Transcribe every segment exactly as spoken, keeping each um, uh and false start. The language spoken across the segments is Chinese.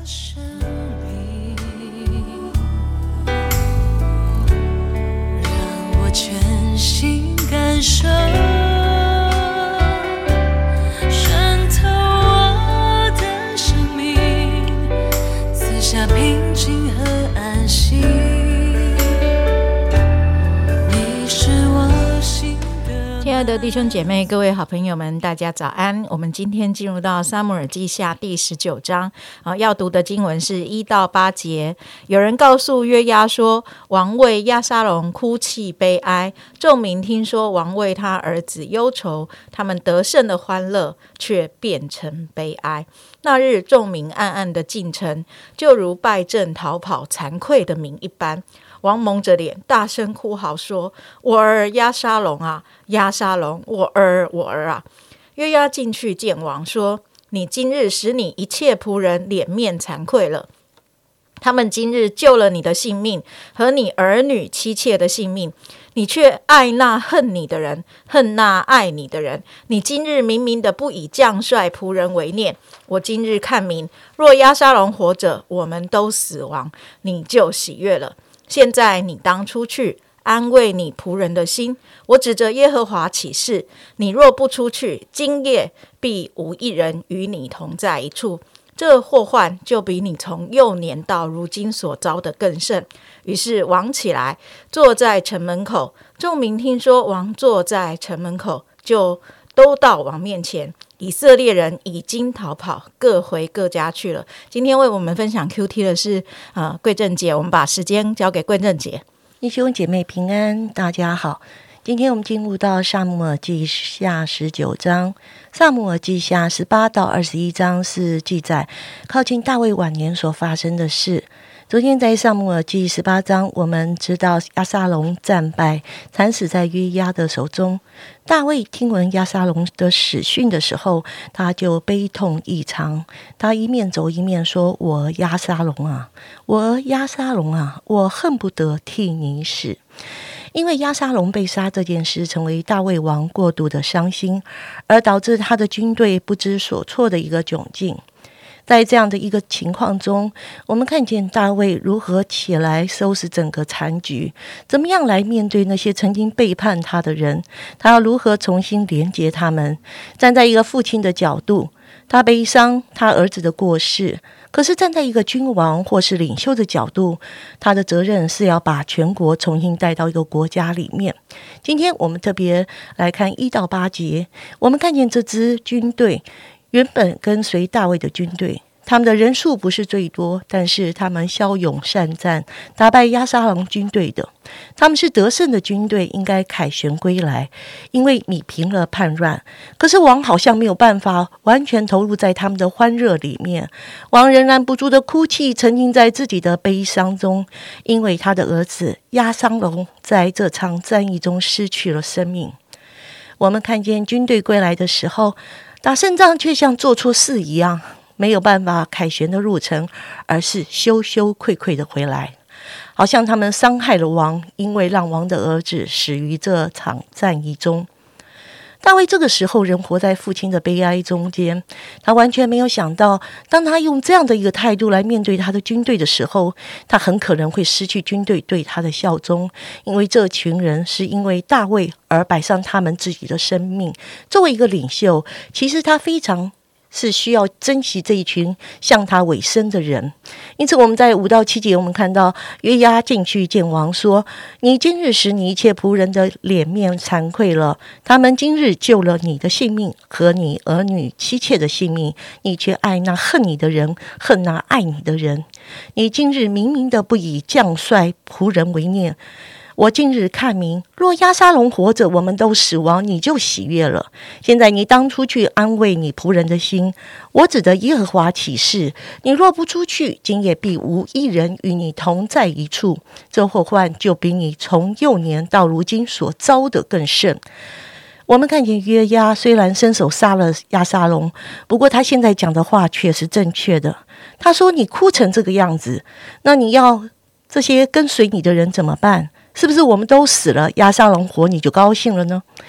亲爱的弟兄姐妹，各位好朋友们，大家早安。我们今天进入到撒母耳记下第十九章、啊、要读的经文是一到八节。有人告诉约押说，王为押沙龙哭泣悲哀，众民听说王为他儿子忧愁，他们得胜的欢乐却变成悲哀。那日众民暗暗的进城，就如败阵逃跑惭愧的民一般。王蒙着脸大声哭嚎说，我儿押沙龙啊，押沙龙，我儿我儿啊。约押进去见王说，你今日使你一切仆人脸面惭愧了，他们今日救了你的性命和你儿女妻妾的性命，你却爱那恨你的人，恨那爱你的人。你今日明明的不以将帅仆人为念，我今日看明，若押沙龙活着，我们都死亡，你就喜悦了。现在你当出去安慰你仆人的心，我指着耶和华起誓，你若不出去，今夜必无一人与你同在一处，这祸患就比你从幼年到如今所遭的更甚。于是王起来，坐在城门口，众民听说王坐在城门口，就都到王面前。以色列人已经逃跑，各回各家去了。今天为我们分享 Q T 的是、呃、桂正姐，我们把时间交给桂正姐。 弟兄姐妹平安，大家好。今天我们进入到撒母耳记下十九章，撒母耳记下十八到二十一章是记载靠近大卫晚年所发生的事。昨天在撒母耳记十八章，我们知道押沙龙战败，惨死在约押的手中。大卫听闻押沙龙的死讯的时候，他就悲痛异常。他一面走一面说，我押沙龙啊，我押沙龙啊，我恨不得替你死。因为押沙龙被杀这件事成为大卫王过度的伤心，而导致他的军队不知所措的一个窘境。在这样的一个情况中，我们看见大卫如何起来收拾整个残局，怎么样来面对那些曾经背叛他的人，他要如何重新连接他们。站在一个父亲的角度，他悲伤他儿子的过世，可是站在一个君王或是领袖的角度，他的责任是要把全国重新带到一个国家里面。今天我们特别来看一到八节，我们看见这支军队原本跟随大卫的军队，他们的人数不是最多，但是他们骁勇善战，打败押沙龙军队的。他们是得胜的军队，应该凯旋归来，因为你平了叛乱。可是王好像没有办法完全投入在他们的欢乐里面，王仍然不住的哭泣，沉浸在自己的悲伤中，因为他的儿子押沙龙在这场战役中失去了生命。我们看见军队归来的时候，打胜仗却像做错事一样，没有办法凯旋的入城，而是羞羞愧愧的回来，好像他们伤害了王，因为让王的儿子死于这场战役中。大卫这个时候仍活在父亲的悲哀中间，他完全没有想到，当他用这样的一个态度来面对他的军队的时候，他很可能会失去军队对他的效忠，因为这群人是因为大卫而摆上他们自己的生命。作为一个领袖，其实他非常是需要珍惜这一群向他委身的人。因此我们在五到七节，我们看到约押进去见王说，你今日使你一切仆人的脸面惭愧了，他们今日救了你的性命和你儿女妻妾的性命，你却爱那恨你的人，恨那爱你的人。你今日明明的不以将帅仆人为念，我今日看明，若押沙龙活着，我们都死亡，你就喜悦了。现在你当出去安慰你仆人的心，我指着耶和华起誓，你若不出去，今夜必无一人与你同在一处，这祸患就比你从幼年到如今所遭的更甚。我们看见约押虽然伸手杀了押沙龙，不过他现在讲的话却是正确的。他说，你哭成这个样子，那你要这些跟随你的人怎么办？是不是我们都死了，押沙龙活你就高兴了呢？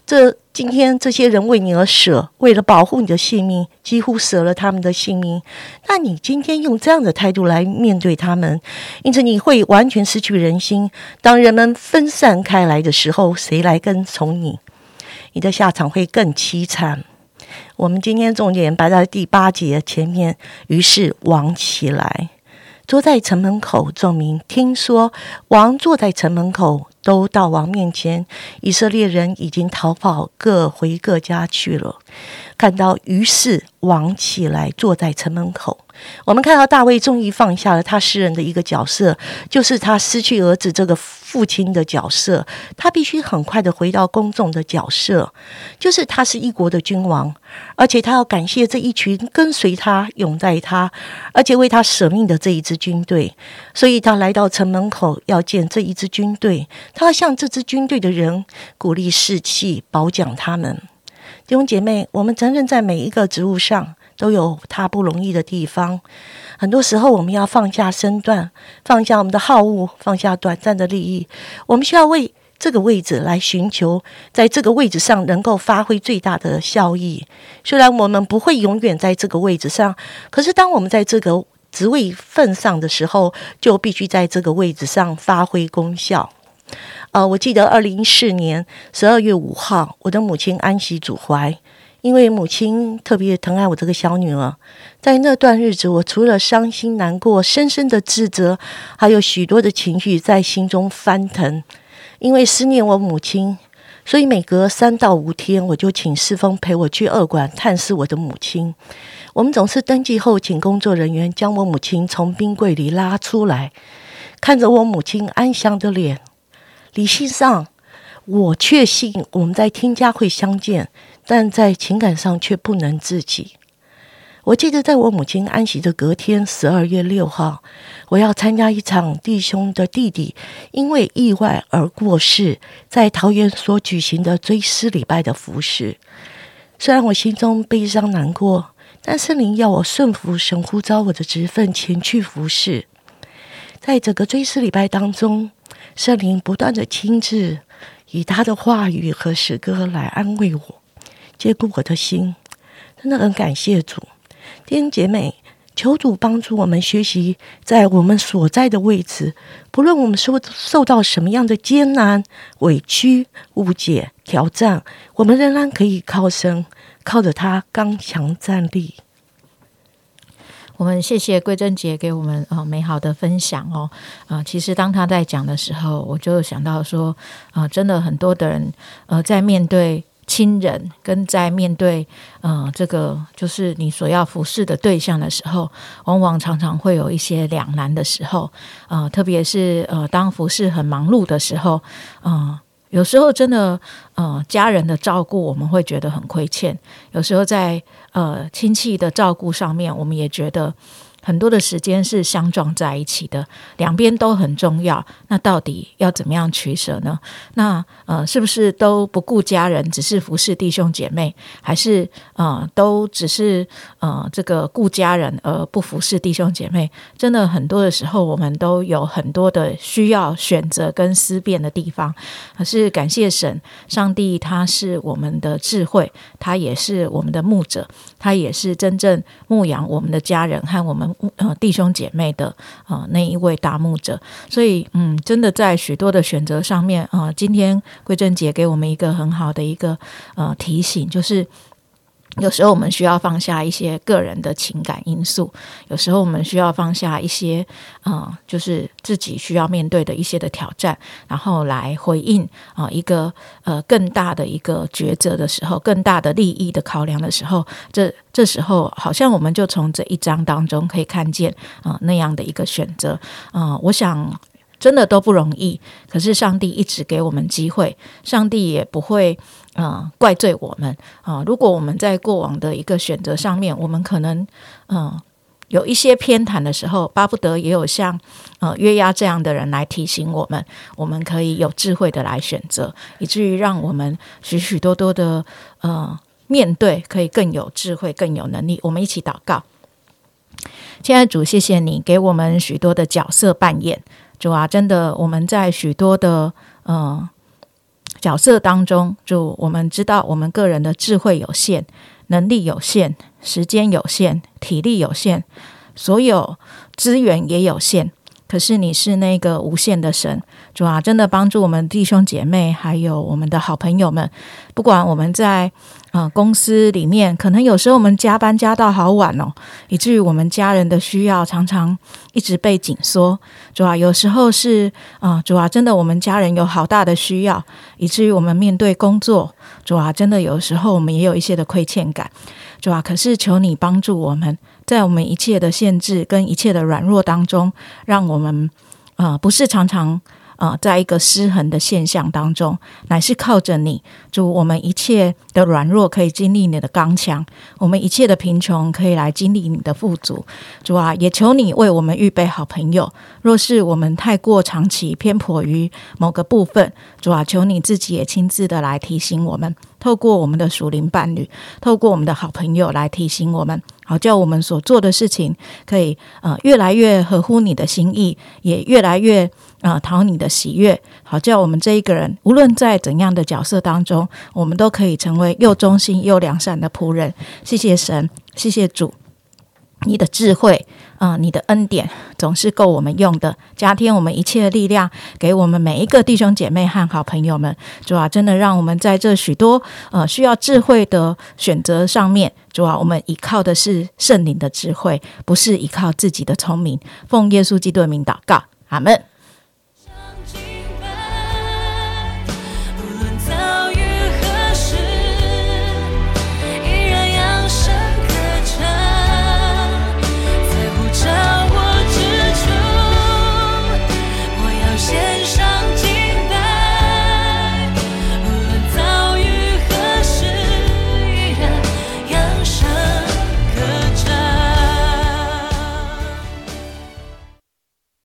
这今天这些人为你而舍，为了保护你的性命，几乎舍了他们的性命。那你今天用这样的态度来面对他们，因此你会完全失去人心。当人们分散开来的时候，谁来跟从你？你的下场会更凄惨。我们今天重点摆在第八节前面，于是王起来，坐在城门口，众民听说王坐在城门口，都到王面前。以色列人已经逃跑，各回各家去了。看到于是王起来，坐在城门口。我们看到大卫终于放下了他诗人的一个角色，就是他失去儿子这个父亲的角色，他必须很快的回到公众的角色，就是他是一国的君王，而且他要感谢这一群跟随他、拥戴他，而且为他舍命的这一支军队。所以他来到城门口，要见这一支军队，他要向这支军队的人鼓励士气，褒奖他们。弟兄姐妹，我们承认在每一个职务上都有他不容易的地方，很多时候我们要放下身段，放下我们的好恶，放下短暂的利益，我们需要为这个位置来寻求在这个位置上能够发挥最大的效益。虽然我们不会永远在这个位置上，可是当我们在这个职位份上的时候，就必须在这个位置上发挥功效。呃，我记得二零一四年十二月五号，我的母亲安息主怀。因为母亲特别疼爱我这个小女儿，在那段日子，我除了伤心难过、深深的自责，还有许多的情绪在心中翻腾。因为思念我母亲，所以每隔三到五天，我就请侍奉陪我去二馆探视我的母亲。我们总是登记后，请工作人员将我母亲从冰柜里拉出来，看着我母亲安详的脸，理性上我确信我们在天家会相见，但在情感上却不能自己。我记得在我母亲安息的隔天十二月六号，我要参加一场弟兄的弟弟因为意外而过世，在桃园所举行的追思礼拜的服事。虽然我心中悲伤难过，但圣灵要我顺服神呼召我的职分前去服事。在整个追思礼拜当中，圣灵不断的亲自以他的话语和诗歌来安慰我，坚固我的心，真的很感谢主。弟兄姐妹，求主帮助我们学习在我们所在的位置，不论我们受受到什么样的艰难、委屈、误解、挑战，我们仍然可以靠神，靠着他刚强站立。 我们谢谢桂珍姐给我们、呃、美好的分享哦。呃，其实当她在讲的时候，我就想到说，呃，真的很多的人呃在面对亲人跟在面对呃这个就是你所要服侍的对象的时候，往往常常会有一些两难的时候，呃，特别是呃当服侍很忙碌的时候，呃有时候真的呃家人的照顾我们会觉得很亏欠，有时候在呃亲戚的照顾上面，我们也觉得很多的时间是相撞在一起的，两边都很重要，那到底要怎么样取舍呢？那呃，是不是都不顾家人，只是服侍弟兄姐妹，还是呃都只是呃这个顾家人而不服侍弟兄姐妹？真的很多的时候，我们都有很多的需要选择跟思辨的地方。可是感谢神，上帝他是我们的智慧，他也是我们的牧者，他也是真正牧养我们的家人和我们呃弟兄姐妹的呃那一位大牧者。所以嗯，真的在许多的选择上面，呃，今天桂珍姐给我们一个很好的一个呃提醒，就是有时候我们需要放下一些个人的情感因素，有时候我们需要放下一些呃，就是自己需要面对的一些的挑战，然后来回应啊、呃、一个呃更大的一个抉择的时候，更大的利益的考量的时候，这这时候好像我们就从这一章当中可以看见啊、呃、那样的一个选择啊、呃，我想真的都不容易，可是上帝一直给我们机会，上帝也不会呃怪罪我们啊、呃。如果我们在过往的一个选择上面，我们可能嗯、呃、有一些偏袒的时候，巴不得也有像呃约押这样的人来提醒我们，我们可以有智慧的来选择，以至于让我们许许多多的呃面对可以更有智慧、更有能力。我们一起祷告。亲爱的主，谢谢你给我们许多的角色扮演。主啊，真的我们在许多的呃角色当中，就我们知道我们个人的智慧有限，能力有限，时间有限，体力有限，所有资源也有限，可是你是那个无限的神。主啊，真的帮助我们弟兄姐妹还有我们的好朋友们，不管我们在呃公司里面，可能有时候我们加班加到好晚哦，以至于我们家人的需要常常一直被紧缩。主啊，有时候是啊、呃，主啊，真的我们家人有好大的需要，以至于我们面对工作，主啊，真的有时候我们也有一些的亏欠感。主啊，可是求你帮助我们，在我们一切的限制跟一切的软弱当中，让我们呃不是常常呃在一个失衡的现象当中，乃是靠着你，主，我们一切的软弱可以经历你的刚强，我们一切的贫穷可以来经历你的富足。主啊，也求你为我们预备好朋友，若是我们太过长期偏颇于某个部分，主啊，求你自己也亲自的来提醒我们，透过我们的属灵伴侣，透过我们的好朋友来提醒我们，好叫我们所做的事情可以呃越来越合乎你的心意，也越来越呃讨你的喜悦，好叫我们这一个人无论在怎样的角色当中，我们都可以成为又忠心又良善的仆人。谢谢神，谢谢主，你的智慧啊、呃，你的恩典总是够我们用的，加添我们一切的力量，给我们每一个弟兄姐妹和好朋友们。主啊，真的让我们在这许多呃需要智慧的选择上面，主啊，我们依靠的是圣灵的智慧，不是依靠自己的聪明。奉耶稣基督的名祷告，阿们。